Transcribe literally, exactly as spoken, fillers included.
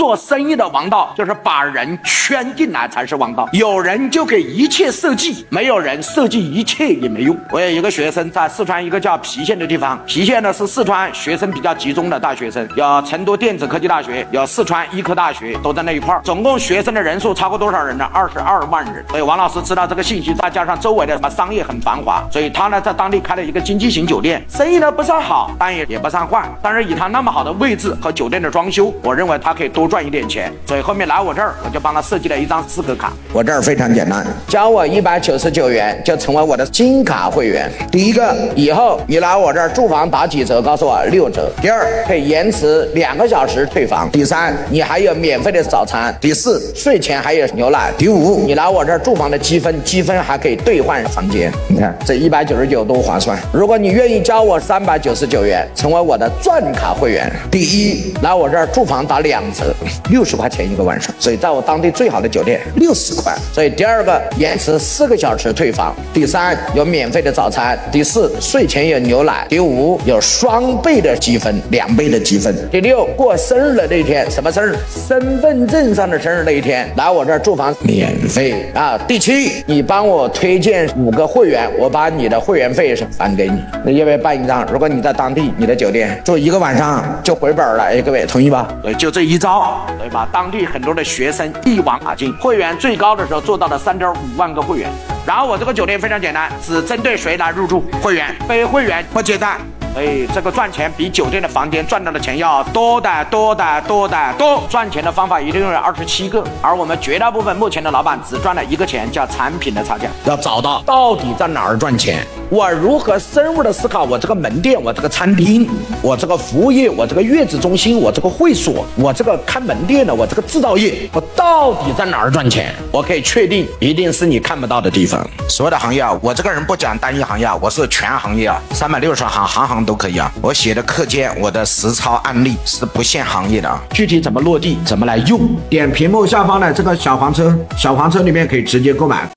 做生意的王道就是把人圈进来才是王道，有人就给一切设计，没有人设计一切也没用。我有一个学生在四川一个叫郫县的地方，郫县呢是四川学生比较集中的大学生，有成都电子科技大学，有四川医科大学都在那一块儿，总共学生的人数超过多少人呢？二十二万人。所以王老师知道这个信息，再加上周围的什么商业很繁华，所以他呢在当地开了一个经济型酒店，生意呢不算好，但也也不算坏，但是以他那么好的位置和酒店的装修，我认为他可以多赚一点钱，所以后面来我这儿，我就帮他设计了一张资格卡。我这儿非常简单，交我一百九十九元就成为我的金卡会员。第一个，以后你来我这儿住房打几折？告诉我六折。第二，可以延迟两个小时退房。第三，你还有免费的早餐。第四，睡前还有牛奶。第五，你来我这儿住房的积分，积分还可以兑换房间。你看这一百九十九多划算。如果你愿意交我三百九十九元，成为我的钻卡会员，第一，来我这儿住房打两折，六十块钱一个晚上，所以在我当地最好的酒店六十块。所以第二个，延迟四个小时退房。第三，有免费的早餐。第四，睡前有牛奶。第五，有双倍的积分，两倍的积分。第六，过生日的那一天，什么生日？身份证上的生日那一天，来我这儿住房免费啊。第七，你帮我推荐五个会员，我把你的会员费是返给你。那要不要办一张？如果你在当地你的酒店住一个晚上就回本了，哎，各位同意吧？对，就这一招，对吧？当地很多的学生一网打尽，会员最高的时候做到了三点五万个会员。然后我这个酒店非常简单，只针对谁来入住，会员，非会员不接待。所以这个赚钱比酒店的房间赚到的钱要多的多的多的多。赚钱的方法一定有二十七个，而我们绝大部分目前的老板只赚了一个钱，叫产品的差价。要找到到底在哪儿赚钱，我如何深入的思考我这个门店，我这个餐厅，我这个服务业，我这个月子中心，我这个会所，我这个开门店的，我这个制造业，我到底在哪儿赚钱？我可以确定，一定是你看不到的地方。所有的行业啊，我这个人不讲单一行业啊，我是全行业啊，三百六十行，行行都可以啊。我写的课件，我的实操案例是不限行业的啊。具体怎么落地，怎么来用，点屏幕下方的这个小黄车，小黄车里面可以直接购买。